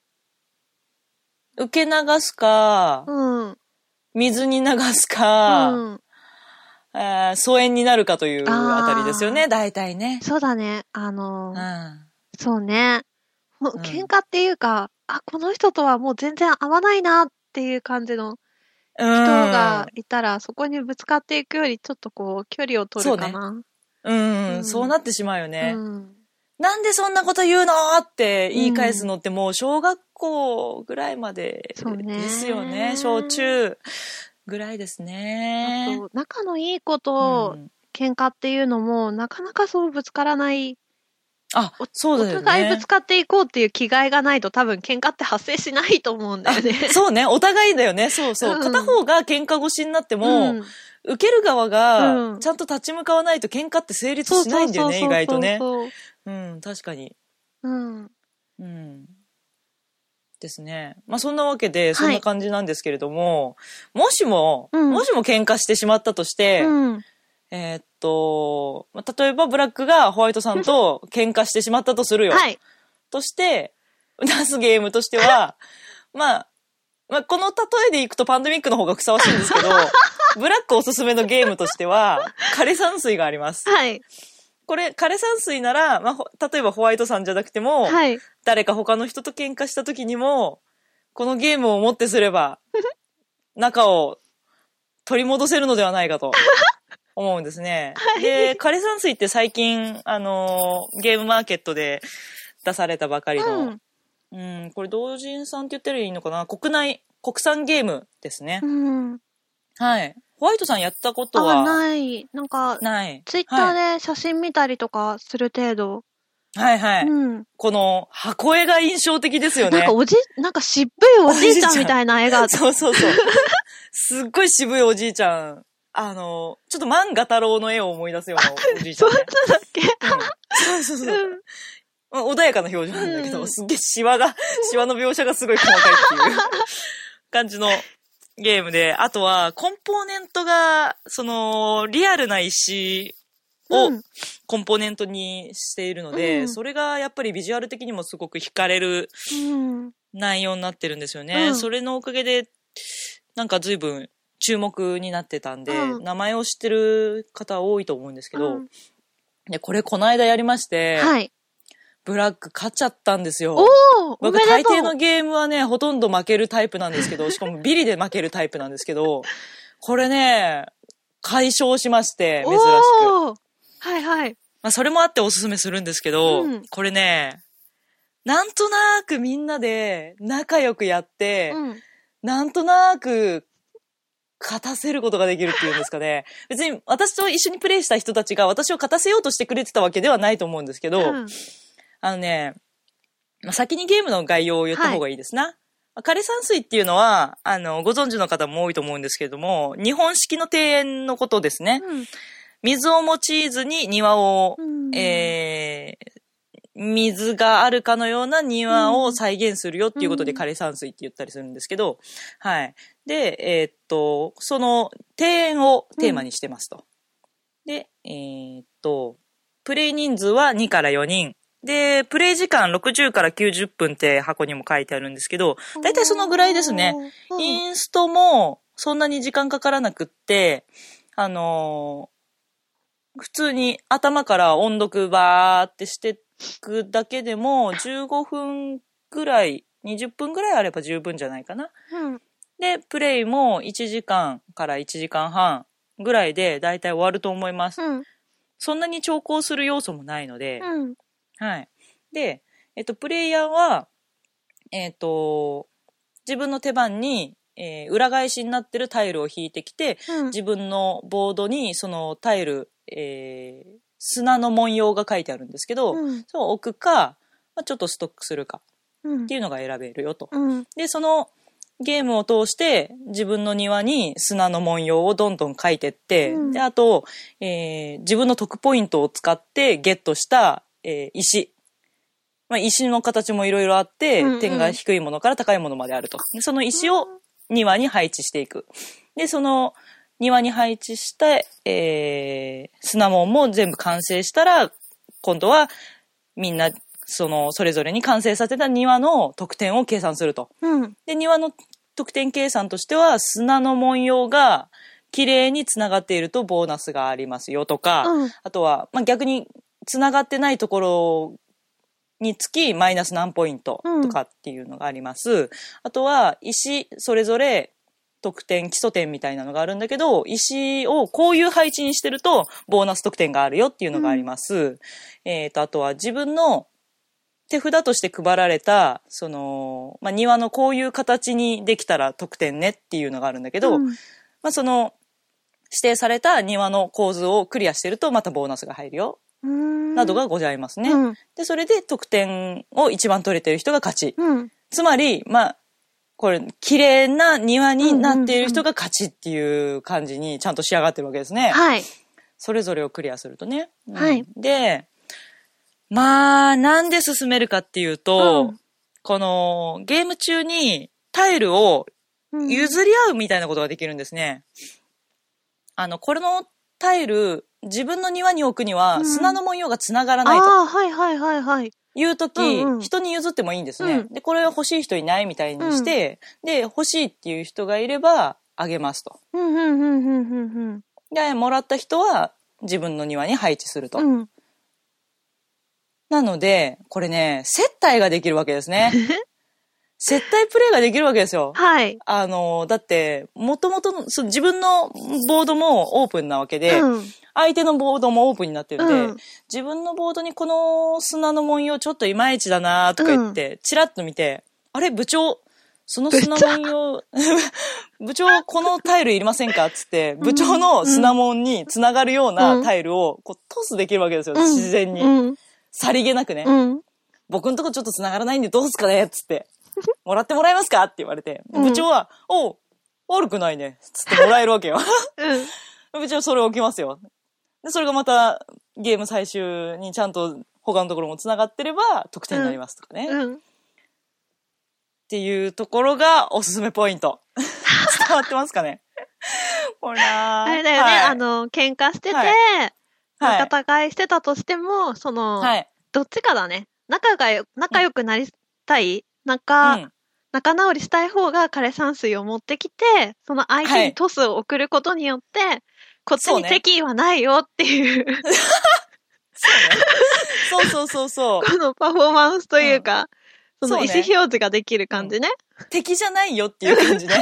Speaker 1: 受け流すか、
Speaker 2: うん。
Speaker 1: 水に流すか、うん、えー、疎遠になるかというあたりですよね、大体ね。
Speaker 2: そうだね。あの、うん、そうね。喧嘩っていうか、うん、あ、この人とはもう全然合わないなっていう感じの人がいたら、うん、そこにぶつかっていくよりちょっとこう、距離を取るかな。
Speaker 1: そうね。うん、うん、そうなってしまうよね。
Speaker 2: うん、
Speaker 1: なんでそんなこと言うのって言い返すのってもう小学校ぐらいまでですよね。ね、小中ぐらいですね。
Speaker 2: あと、仲のいい子と喧嘩っていうのも、うん、なかなかそうぶつからない。
Speaker 1: あ、そうだよね。
Speaker 2: お互いぶつかっていこうっていう気概がないと多分喧嘩って発生しないと思うんだよね。
Speaker 1: そうね。お互いだよね。そうそう。うん、片方が喧嘩腰になっても、うん、受ける側がちゃんと立ち向かわないと喧嘩って成立しないんだよね、意外とね。うん、確かに。
Speaker 2: うん。
Speaker 1: うん。ですね。まあそんなわけで、そんな感じなんですけれども、はい、もしも、うん、もしも喧嘩してしまったとして、うん、えー、っと、例えばブラックがホワイトさんと喧嘩してしまったとするよ。はい。として、出すゲームとしては、まあ、まあ、この例えでいくとパンデミックの方がふさわしいんですけど、ブラックおすすめのゲームとしては、枯山水があります。はい。これ、枯山水なら、まあ、例えばホワイトさんじゃなくても、はい、誰か他の人と喧嘩した時にも、このゲームをもってすれば、仲を取り戻せるのではないかと思うんですね。はい、で、枯山水って最近、あのー、ゲームマーケットで出されたばかりの、うんうん、これ同人さんって言ったらいいのかな、国内、国産ゲームですね。うん、はい。ホワイトさんやったことは
Speaker 2: ない。なんか、ない。ツイッターで写真見たりとかする程度。
Speaker 1: はいはい。うん、この箱絵が印象的ですよね。
Speaker 2: なんかおじ、なんか渋いおじいちゃんみたいな絵が。
Speaker 1: そうそうそう。すっごい渋いおじいちゃん。あの、ちょっと万画太郎の絵を思い出すようなおじいちゃん、ね。
Speaker 2: そうだっけ、
Speaker 1: うん、そうそうそう。うん穏やかな表情なんだけど、うん、すっげえシワが、シワの描写がすごい細かいっていう感じのゲームで、あとはコンポーネントが、その、リアルな石をコンポーネントにしているので、うん、それがやっぱりビジュアル的にもすごく惹かれる内容になってるんですよね。うん、それのおかげで、なんか随分注目になってたんで、うん、名前を知ってる方多いと思うんですけど、でこれこの間やりまして、はいブラック勝っちゃったんですよ。
Speaker 2: おー
Speaker 1: 僕大抵のゲームはね、ほとんど負けるタイプなんですけど、しかもビリで負けるタイプなんですけど、これね、解消しまして、珍しく。
Speaker 2: はいはい。
Speaker 1: まあそれもあっておすすめするんですけど、うん、これね、なんとなくみんなで仲良くやって、うん、なんとなく勝たせることができるっていうんですかね。別に私と一緒にプレイした人たちが私を勝たせようとしてくれてたわけではないと思うんですけど、うんあのね、まあ、先にゲームの概要を言った方がいいですな。はい、枯山水っていうのは、あの、ご存知の方も多いと思うんですけれども、日本式の庭園のことですね。うん、水を用いずに庭を、うん、えー、水があるかのような庭を再現するよっていうことで枯山水って言ったりするんですけど、はい。で、えー、っと、その庭園をテーマにしてますと。うん、で、えー、っと、プレイ人数はにからよにん。で、プレイ時間ろくじゅうからきゅうじゅっぷんって箱にも書いてあるんですけど、だいたいそのぐらいですね。インストもそんなに時間かからなくって、あのー、普通に頭から音読バーってしていくだけでもじゅうごふんぐらい、にじゅっぷんぐらいあれば十分じゃないかな。うん、で、プレイもいちじかんからいちじかんはんぐらいでだいたい終わると思います。うん、そんなに長考する要素もないので、うんはい。で、えっと、プレイヤーは、えっと、自分の手番に、えー、裏返しになってるタイルを引いてきて、うん、自分のボードにそのタイル、えー、砂の文様が書いてあるんですけど、うん、それを置くか、まあ、ちょっとストックするかっていうのが選べるよと。うん、で、そのゲームを通して自分の庭に砂の文様をどんどん書いてって、うん、で、あと、えー、自分の得ポイントを使ってゲットしたえー、石。まあ、石の形もいろいろあって、うんうん、点が低いものから高いものまであると。その石を庭に配置していく。で、その庭に配置した、えー、砂門も全部完成したら、今度はみんなその、それぞれに完成させた庭の得点を計算すると。
Speaker 2: うん、
Speaker 1: で、庭の得点計算としては、砂の文様が綺麗につながっているとボーナスがありますよとか、
Speaker 2: うん、
Speaker 1: あとは、まあ、逆につながってないところにつきマイナス何ポイントとかっていうのがあります。うん、あとは、石それぞれ得点、基礎点みたいなのがあるんだけど、石をこういう配置にしてるとボーナス得点があるよっていうのがあります。うん、えっと、あとは自分の手札として配られた、その、まあ、庭のこういう形にできたら得点ねっていうのがあるんだけど、うん、まあ、その、指定された庭の構図をクリアしてるとまたボーナスが入るよ。などがございますね。うん、で、それで得点を一番取れてる人が勝ち。うん、つまり、まあ、これ、綺麗な庭になっている人が勝ちっていう感じにちゃんと仕上がってるわけですね。
Speaker 2: はい。
Speaker 1: それぞれをクリアするとね。
Speaker 2: うん、はい。
Speaker 1: で、まあ、なんで進めるかっていうと、うん、このゲーム中にタイルを譲り合うみたいなことができるんですね。うん、あの、これのタイル、自分の庭に置くには砂の文様がつながらないと。
Speaker 2: ああ、はいはいはいはい。
Speaker 1: いうとき、うんうん、人に譲ってもいいんですね。うん、で、これ欲しい人いないみたいにして、うん、で、欲しいっていう人がいればあげますと。
Speaker 2: うんうんうんうんうん、
Speaker 1: で、もらった人は自分の庭に配置すると。うん、なので、これね、接待ができるわけですね。接待プレイができるわけですよ。
Speaker 2: はい。
Speaker 1: あの、だって、もともと自分のボードもオープンなわけで、うん、相手のボードもオープンになってるんで、うん、自分のボードにこの砂の文様ちょっといまいちだなとか言って、うん、チラッと見て、あれ部長、その砂文様、部長このタイルいりませんかつって、部長の砂文につながるようなタイルをこうトスできるわけですよ、うん、自然に。うん、さりげなくね。うん、僕のとこちょっとつながらないんでどうすかねつって。もらってもらえますかって言われて、部長は、うん、おう、悪くないね。つってもらえるわけよ。うん、部長それ置きますよ。で、それがまたゲーム最終にちゃんと他のところもつながってれば得点になりますとかね。うんうん、っていうところがおすすめポイント。伝わってますかねほら
Speaker 2: あれだよね、はい、あの、喧嘩してて、はい、仲違いしてたとしても、その、はい、どっちかだね。仲がよ、仲良くなりたい、うん仲、うん、仲直りしたい方が枯山水を持ってきて、その相手にトスを送ることによって、はい、こっちに敵意はないよっていう。
Speaker 1: そうね。そうそうそうそう。
Speaker 2: このパフォーマンスというか、うん、その意思表示ができる感じね。
Speaker 1: うん、敵じゃないよっていう感じね。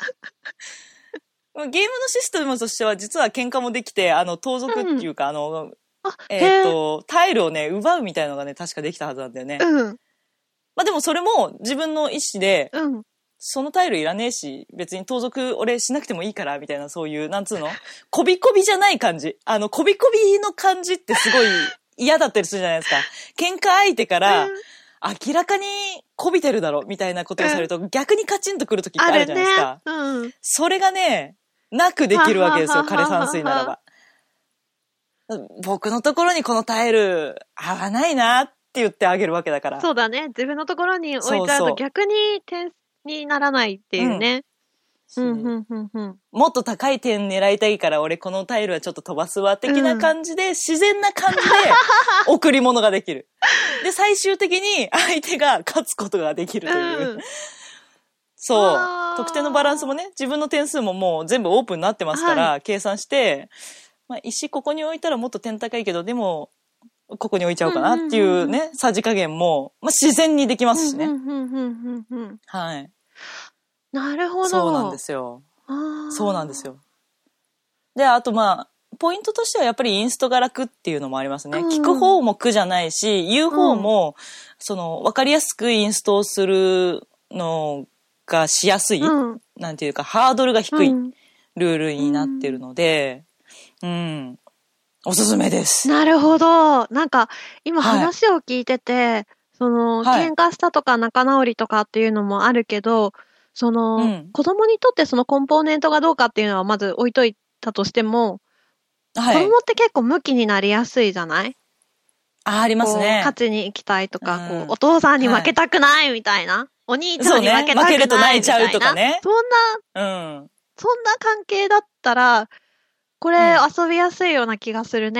Speaker 1: ゲームのシステムとしては実は喧嘩もできて、あの、盗賊っていうか、うん、あの、あえっと、タイルをね、奪うみたいなのがね、確かできたはずなんだよね。うん。まあでもそれも自分の意思で、うん、そのタイルいらねえし、別に盗賊俺しなくてもいいから、みたいなそういう、なんつうのこびこびじゃない感じ。あの、こびこびの感じってすごい嫌だったりするじゃないですか。喧嘩相手から、うん、明らかにこびてるだろ、みたいなことをされると、うん、逆にカチンとくるときってあるじゃないですか。ねうん、それがね、なくできるわけですよ、枯山水ならば。僕のところにこのタイル合わないなって言ってあげるわけだから。
Speaker 2: そうだね。自分のところに置いちゃうと逆に点にならないっていうね。うんうんうんうんうん、
Speaker 1: もっと高い点狙いたいから俺このタイルはちょっと飛ばすわ的な感じで、うん、自然な感じで贈り物ができる。で、最終的に相手が勝つことができるという。うん、そう。得点のバランスもね、自分の点数ももう全部オープンになってますから、はい、計算して、まあ、石ここに置いたらもっと点高いけど、でも、ここに置いちゃおうかなっていうね、さじ加減も、まあ、自然にできますしね。はい。
Speaker 2: なるほど。
Speaker 1: そうなんですよ。そうなんですよ。で、あとまあ、ポイントとしてはやっぱりインストが楽っていうのもありますね。うん、聞く方も苦じゃないし、言う方も、うん、その、わかりやすくインストをするのがしやすい、うん、なんていうか、ハードルが低いルールになってるので、うん、うんおすすめです。
Speaker 2: なるほど。なんか、今話を聞いてて、はい、その、はい、喧嘩したとか仲直りとかっていうのもあるけど、その、うん、子供にとってそのコンポーネントがどうかっていうのはまず置いといたとしても、はい、子供って結構ムキになりやすいじゃない？
Speaker 1: あ、ありますね。
Speaker 2: 勝ちに行きたいとか、うん、こう、お父さんに負けたくないみたいな。はい、お兄ちゃんに負けたくないみたいな。
Speaker 1: そうね、負けると泣いちゃうとかね。
Speaker 2: そんな、うん、そんな関係だったら、これ遊びやすいような気がするね。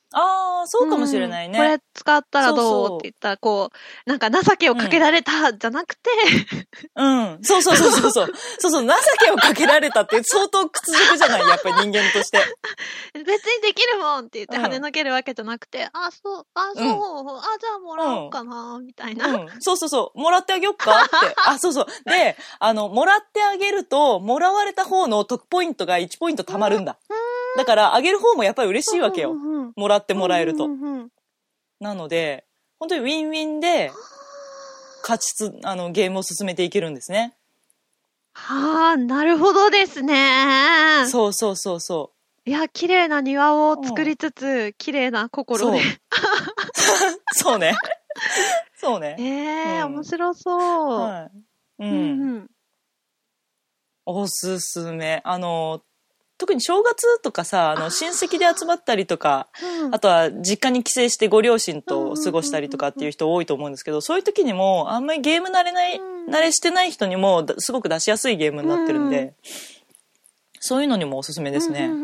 Speaker 1: ああ、そうかもしれないね。
Speaker 2: うん、これ使ったらどうそうそうって言ったら、こう、なんか情けをかけられた、じゃなくて、
Speaker 1: うん。うん。そうそうそうそうそう。そうそう、情けをかけられたって相当屈辱じゃないやっぱり人間として。
Speaker 2: 別にできるもんって言って跳ねのけるわけじゃなくて、うん、あ、そう、あ、そう、うん、あ、じゃあもらおうかな、うん、みたいな、
Speaker 1: うん。そうそうそう。もらってあげよっかって。あ、そうそう。で、あの、もらってあげると、もらわれた方の得ポイントがいちポイント貯まるんだ。うん、だから、あげる方もやっぱり嬉しいわけよ。うんうん、もらってもらえると。うんうんうん、なので、本当にウィンウィンで、勝ちつ、あの、ゲームを進めていけるんですね。
Speaker 2: はあ、なるほどですね。
Speaker 1: そうそうそうそう。
Speaker 2: いや、綺麗な庭を作りつつ、うん、綺麗な心で。
Speaker 1: そう。そうね。そうね。
Speaker 2: ええー、うん、面白そう。
Speaker 1: はい。うん。うんうん、おすすめ。あの、特に正月とかさ、あの、親戚で集まったりとか、あ,、うん、あとは実家に帰省してご両親と過ごしたりとかっていう人多いと思うんですけど、そういう時にも、あんまりゲーム慣れない、うん、慣れしてない人にも、すごく出しやすいゲームになってるんで、うん、そういうのにもおすすめですね。うん。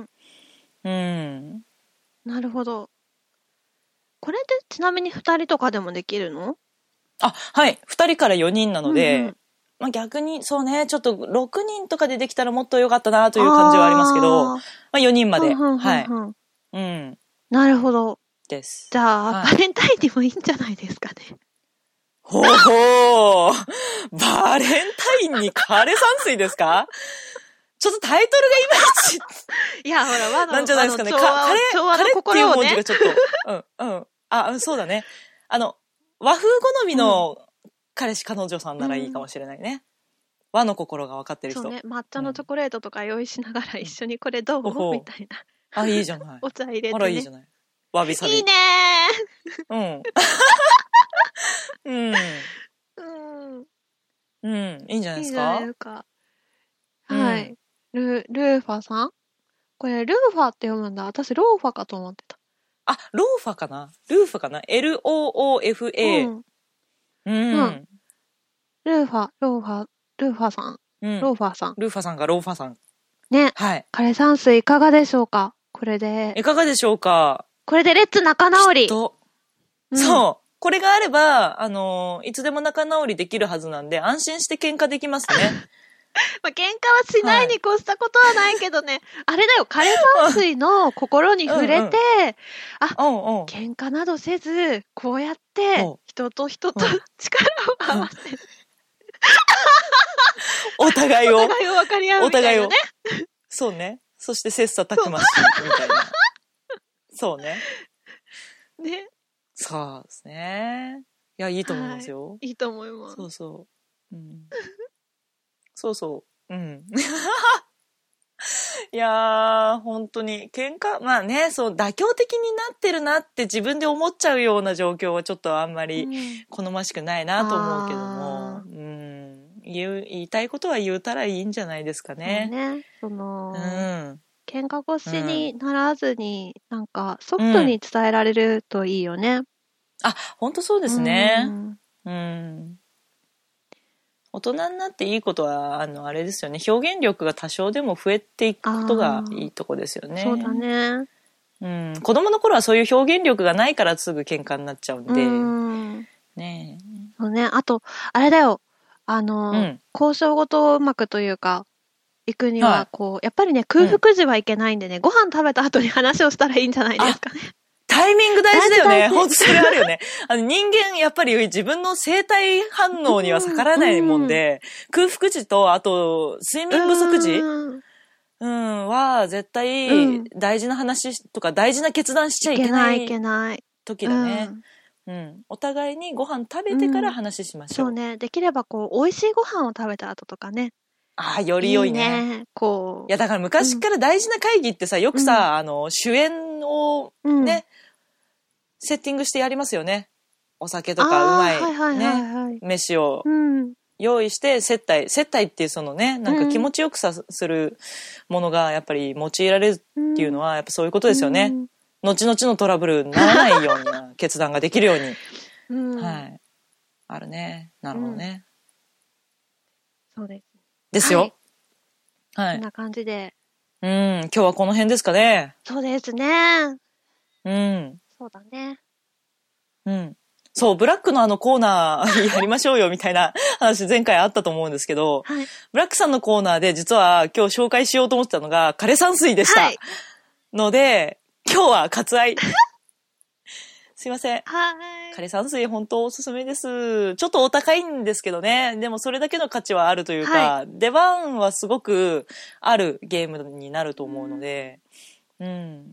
Speaker 1: うん、
Speaker 2: なるほど。これってちなみにふたりとかでもできるの？
Speaker 1: あ、はい。ふたりからよにんなので、うんうん、まあ、逆に、そうね、ちょっとろくにんとかでできたらもっと良かったなという感じはありますけど、まあ、よにんまで。はい。うん。
Speaker 2: なるほど。
Speaker 1: です。
Speaker 2: じゃあ、はい、バレンタインにもいいんじゃないですかね。
Speaker 1: ほうほう。バレンタインに枯山水ですか？ちょっとタイトルがいまいち。
Speaker 2: いや、ほら、和の、
Speaker 1: なんじゃないですかね。
Speaker 2: 昭和、昭和の心をね。
Speaker 1: っていう文字がちょっと、うん、うん。あ、そうだね。あの、和風好みの彼氏、彼女さんならいいかもしれないね。うん、和の心が分かってる人。
Speaker 2: そうね。抹茶のチョコレートとか用意しながら一緒にこれどう、うん、みたいな。
Speaker 1: あ、いいじゃない。
Speaker 2: お茶入れて、ね。
Speaker 1: あら、いいじゃない。わびさび。
Speaker 2: いいね
Speaker 1: ー。うん。うん。うん。うん。いいんじゃないですか。いいじゃないですか。
Speaker 2: はい。うん、ル、ルーファさん？これ、ルーファって読むんだ。私、ローファかと思ってた。
Speaker 1: あ、ローファかな？ルーファかな？ エルオーオーエフエー。うん。うん。
Speaker 2: ルーファ、ローファ、ルーファさん。うん、ローファさん。
Speaker 1: ルーファさんがローファさん。
Speaker 2: ね。
Speaker 1: はい。
Speaker 2: 枯山水いかがでしょうか？これで。
Speaker 1: いかがでしょうか？こ
Speaker 2: れでレッツ仲直り。
Speaker 1: と、うん、そう。これがあれば、あのー、いつでも仲直りできるはずなんで、安心して喧嘩できますね。
Speaker 2: まあ、喧嘩はしないに越したことはないけどね。はい、あれだよ、枯山水の心に触れて、うんうん、あ、うんうん、喧嘩などせず、こうやって、人と人と力を合わせる。
Speaker 1: お互いを。
Speaker 2: お互いを分かり合うみたいなね。お互
Speaker 1: いを。そうね。そして切磋琢磨し、みたいな。そうね。
Speaker 2: ね。
Speaker 1: そうですね。いや、いいと思いますよ。
Speaker 2: はい、いいと思います。
Speaker 1: そうそう。うん、そうそう。うん。いやー、本当に、喧嘩、まあね、そう、妥協的になってるなって自分で思っちゃうような状況はちょっとあんまり好ましくないなと思うけども、うん、言う、言いたいことは言うたらいいんじゃないですかね。
Speaker 2: そうね。その、うん、喧嘩越しにならずに、うん、なんか、ソフトに伝えられるといいよね。うん、
Speaker 1: あ、本当そうですね。うん。うん大人になっていいことは、あの、あれですよね。表現力が多少でも増えていくことがいいとこですよね。
Speaker 2: そうだね。
Speaker 1: うん。子供の頃はそういう表現力がないからすぐ喧嘩になっちゃうんで。うん。ねえ。
Speaker 2: そうね。あと、あれだよ。あの、うん、交渉ごとうまくというか、行くには、こう、はい、やっぱりね、空腹時はいけないんでね、うん、ご飯食べた後に話をしたらいいんじゃないですかね。
Speaker 1: タイミング大事だよね。本当それあるよね。あの人間やっぱり自分の生体反応には逆らえないもんで、うん、空腹時とあと睡眠不足時、うん、うん、は絶対大事な話とか大事な決断しちゃいけない時だね。うん、お互いにご飯食べてから話しましょう。
Speaker 2: うん、そうね。できればこう美味しいご飯を食べた後とかね。
Speaker 1: ああ、より良いね。いいね。こう。いやだから昔から大事な会議ってさ、よくさ、うん、あの主演をね。うんセッティングしてやりますよね。お酒とかうまい、はいはいはいはい、ね、飯を用意して接待、接待っていうそのね、なんか気持ちよくさするものがやっぱり用いられるっていうのはやっぱそういうことですよね。うん、後々のトラブルにならないような決断ができるように。うん、はい。あるね。なるほどね。
Speaker 2: うん、そうです。
Speaker 1: ですよ。
Speaker 2: はい。こんな感じで。
Speaker 1: うん、今日はこの辺ですかね。
Speaker 2: そうですね。
Speaker 1: うん。
Speaker 2: そうだね。
Speaker 1: うん。そう、ブラックのあのコーナーやりましょうよみたいな話前回あったと思うんですけど、はい、ブラックさんのコーナーで実は今日紹介しようと思ってたのが枯山水でした。はい、ので、今日は割愛。すいません。はい。枯山水本当おすすめです。ちょっとお高いんですけどね。でもそれだけの価値はあるというか、はい、出番はすごくあるゲームになると思うので、うん、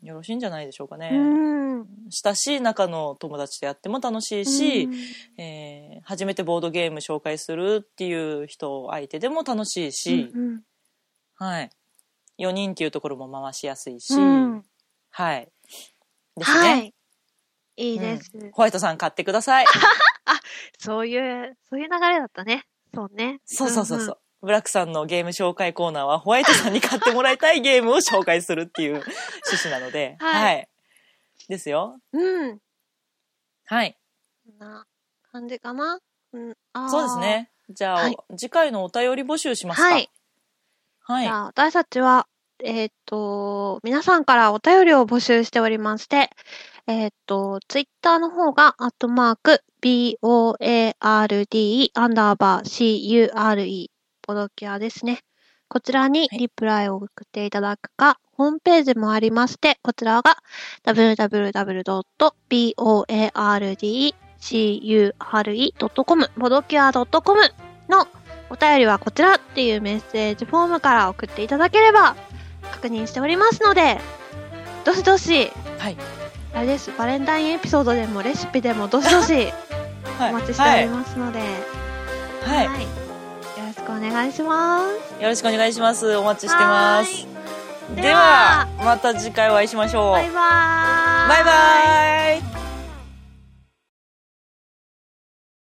Speaker 1: よろしいんじゃないでしょうかね。うん、親しい仲の友達とやっても楽しいし、うん、えー、初めてボードゲーム紹介するっていう人相手でも楽しいし、うんうん、はい。よにんっていうところも回しやすいし、うん、はい。ですね。はい。
Speaker 2: いいです、
Speaker 1: うん。ホワイトさん買ってください。
Speaker 2: あ、そういう、そういう流れだったね。そうね。
Speaker 1: そうそうそうそう。うんうん、ブラックさんのゲーム紹介コーナーはホワイトさんに買ってもらいたいゲームを紹介するっていう趣旨なので、はい、はい。ですよ。うん。はい。
Speaker 2: こんな感じかな。うん、あ
Speaker 1: そうですね。じゃあ、はい、次回のお便り募集しますか。はい。
Speaker 2: はい。じゃあ、私たちは、えー、っと、皆さんからお便りを募集しておりまして、えー、っと、ツイッターの方が、アットマーク、ボーアールディー、アンダーバー、シーユーアールイー、ボドキャですね。こちらにリプライを送っていただくか、はい、ホームページもありまして、こちらが ダブリューダブリューダブリュードットボーアールディーシーユーアールイードットコム、ボドキャドットコム のお便りはこちらっていうメッセージフォームから送っていただければ確認しておりますので、どしどし、はい、あれです、バレンタインエピソードでもレシピでもどしどしお待ちしておりますので、はい、はい、よろしくお願いします。
Speaker 1: よろしくお願いします。お待ちしてます。では、ではまた次回お会いしましょう。
Speaker 2: バイバーイ。
Speaker 1: バイバーイ。